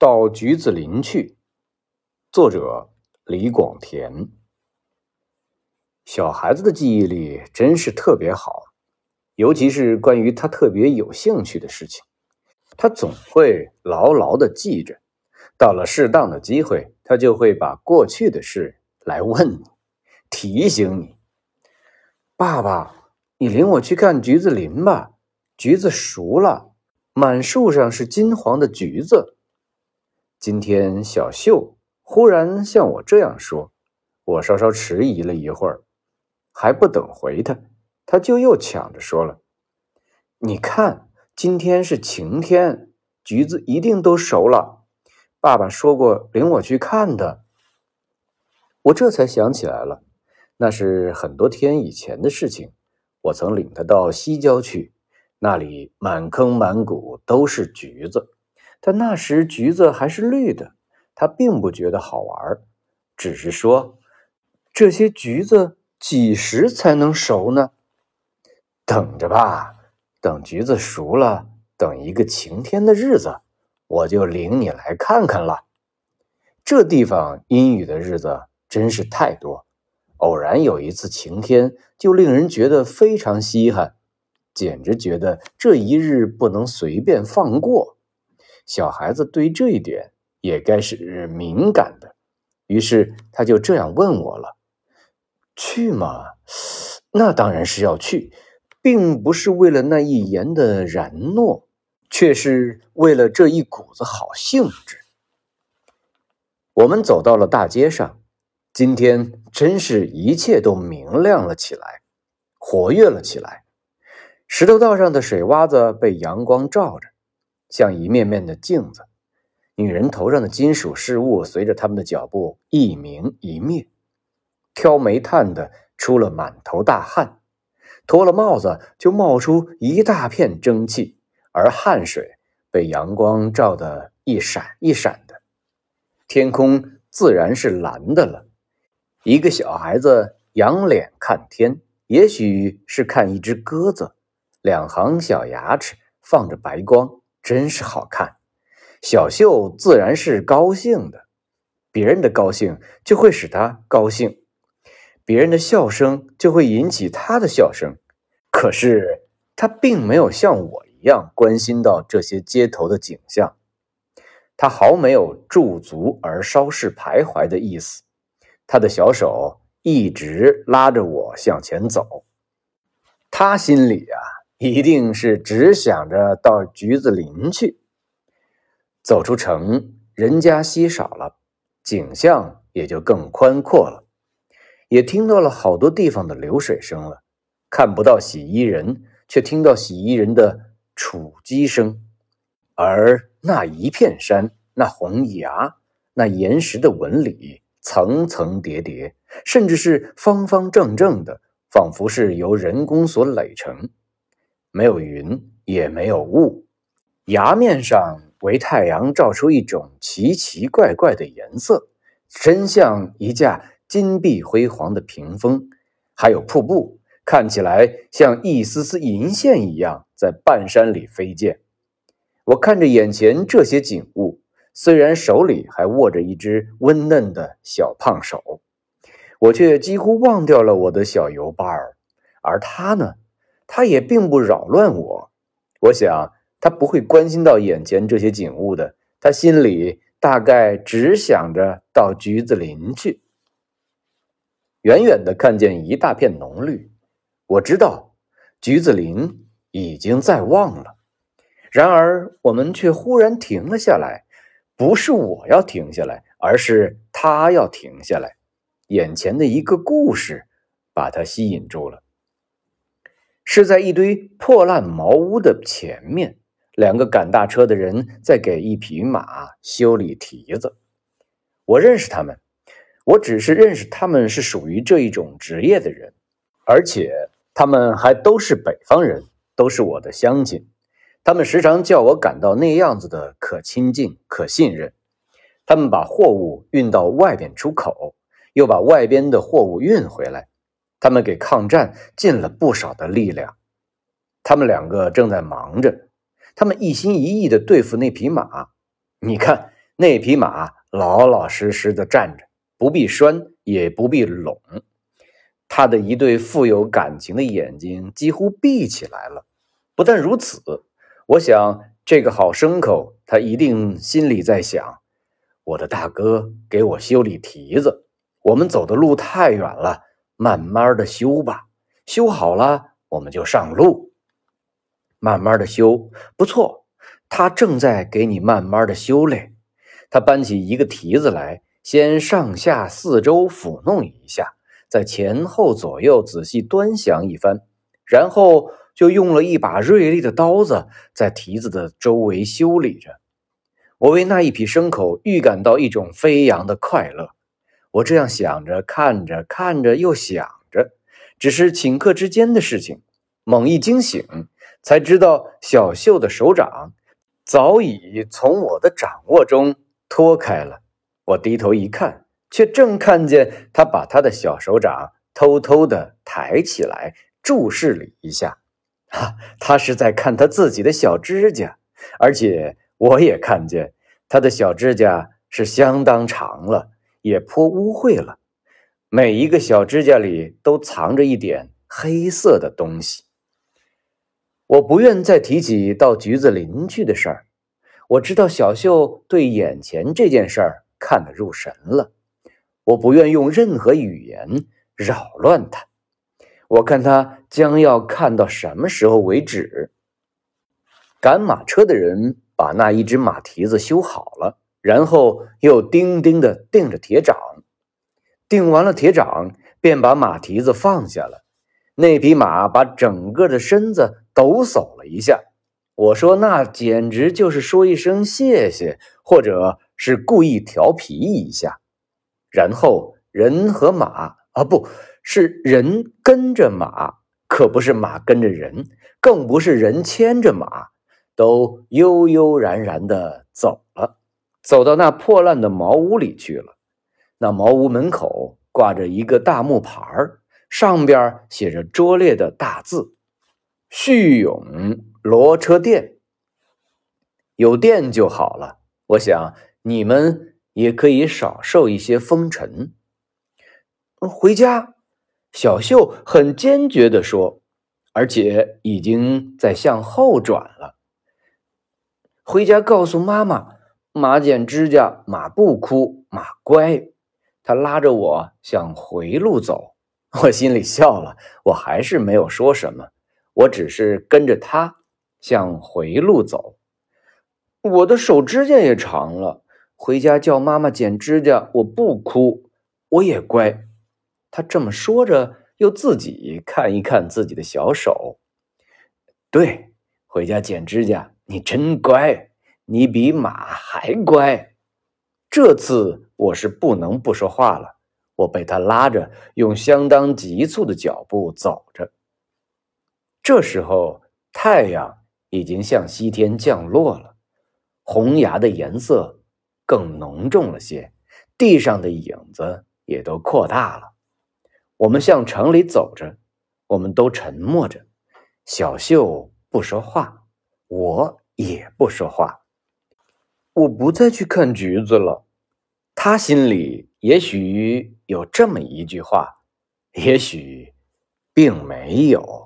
到橘子林去。作者李广田。小孩子的记忆力真是特别好，尤其是关于他特别有兴趣的事情，他总会牢牢地记着。到了适当的机会，他就会把过去的事来问你，提醒你。爸爸，你领我去看橘子林吧，橘子熟了，满树上是金黄的橘子。今天小秀忽然向我这样说，我稍稍迟疑了一会儿，还不等回他，他就又抢着说了，你看，今天是晴天，橘子一定都熟了，爸爸说过领我去看的。我这才想起来了，那是很多天以前的事情，我曾领他到西郊去，那里满坑满谷都是橘子，但那时橘子还是绿的，他并不觉得好玩，只是说，这些橘子几时才能熟呢？等着吧，等橘子熟了，等一个晴天的日子，我就领你来看看了。这地方阴雨的日子真是太多，偶然有一次晴天，就令人觉得非常稀罕，简直觉得这一日不能随便放过。小孩子对这一点也该是敏感的，于是他就这样问我了，去吗？那当然是要去，并不是为了那一言的然诺，却是为了这一股子好兴致。我们走到了大街上，今天真是一切都明亮了起来，活跃了起来。石头道上的水洼子被阳光照着，像一面面的镜子，女人头上的金属饰物随着他们的脚步一明一灭。挑煤炭的出了满头大汗，脱了帽子就冒出一大片蒸汽，而汗水被阳光照得一闪一闪的。天空自然是蓝的了。一个小孩子仰脸看天，也许是看一只鸽子，两行小牙齿放着白光，真是好看。小秀自然是高兴的，别人的高兴就会使他高兴，别人的笑声就会引起他的笑声。可是他并没有像我一样关心到这些街头的景象，他毫没有驻足而稍事徘徊的意思，他的小手一直拉着我向前走。他心里一定是只想着到橘子林去。走出城，人家稀少了，景象也就更宽阔了，也听到了好多地方的流水声了，看不到洗衣人，却听到洗衣人的杵击声。而那一片山，那红崖，那岩石的纹理层层叠叠，甚至是方方正正的，仿佛是由人工所垒成，没有云也没有雾，崖面上为太阳照出一种奇奇怪怪的颜色，真像一架金碧辉煌的屏风，还有瀑布，看起来像一丝丝银线一样在半山里飞溅。我看着眼前这些景物，虽然手里还握着一只温嫩的小胖手，我却几乎忘掉了我的小油巴儿。而他呢，他也并不扰乱我。我想他不会关心到眼前这些景物的，他心里大概只想着到橘子林去。远远地看见一大片浓绿，我知道橘子林已经在望了。然而我们却忽然停了下来，不是我要停下来，而是他要停下来。眼前的一个故事把他吸引住了。是在一堆破烂茅屋的前面，两个赶大车的人在给一匹马修理蹄子。我认识他们，我只是认识他们是属于这一种职业的人，而且他们还都是北方人，都是我的乡亲。他们时常叫我感到那样子的可亲近、可信任。他们把货物运到外边出口，又把外边的货物运回来。他们给抗战尽了不少的力量。他们两个正在忙着，他们一心一意地对付那匹马。你看， 那匹马老老实实的站着，不必拴，也不必拢。他的一对富有感情的眼睛几乎闭起来了。不但如此，我想这个好牲口，他一定心里在想：我的大哥给我修理蹄子，我们走的路太远了，慢慢的修吧，修好了我们就上路。慢慢的修，不错，他正在给你慢慢的修嘞。他搬起一个蹄子来，先上下四周抚弄一下，再前后左右仔细端详一番，然后就用了一把锐利的刀子在蹄子的周围修理着。我为那一匹牲口预感到一种飞扬的快乐。我这样想着，看着看着又想着，只是顷刻之间的事情，猛一惊醒，才知道小秀的手掌早已从我的掌握中脱开了。我低头一看，却正看见他把他的小手掌偷偷地抬起来，注视了一下。他是在看他自己的小指甲，而且我也看见他的小指甲是相当长了，也颇污秽了，每一个小指甲里都藏着一点黑色的东西。我不愿再提起到橘子林去的事儿。我知道小秀对眼前这件事儿看得入神了，我不愿用任何语言扰乱他。我看他将要看到什么时候为止。赶马车的人把那一只马蹄子修好了，然后又钉钉地钉着铁掌。钉完了铁掌，便把马蹄子放下了。那匹马把整个的身子抖擞了一下。我说那简直就是说一声谢谢，或者是故意调皮一下。然后人和马，不是人跟着马，可不是马跟着人，更不是人牵着马，都悠悠然然地走了，走到那破烂的茅屋里去了。那茅屋门口挂着一个大木牌，上边写着拙劣的大字：叙永骡车店。有店就好了，我想你们也可以少受一些风尘。回家，小秀很坚决地说，而且已经在向后转了。回家告诉妈妈，马剪指甲，马不哭，马乖。他拉着我向回路走，我心里笑了，我还是没有说什么，我只是跟着他向回路走。我的手指甲也长了，回家叫妈妈剪指甲，我不哭，我也乖。他这么说着，又自己看一看自己的小手。对，回家剪指甲，你真乖，你比马还乖。这次我是不能不说话了，我被他拉着，用相当急促的脚步走着。这时候太阳已经向西天降落了，红芽的颜色更浓重了些，地上的影子也都扩大了。我们向城里走着，我们都沉默着。小秀不说话，我也不说话。我不再去看橘子了。他心里也许有这么一句话，也许并没有。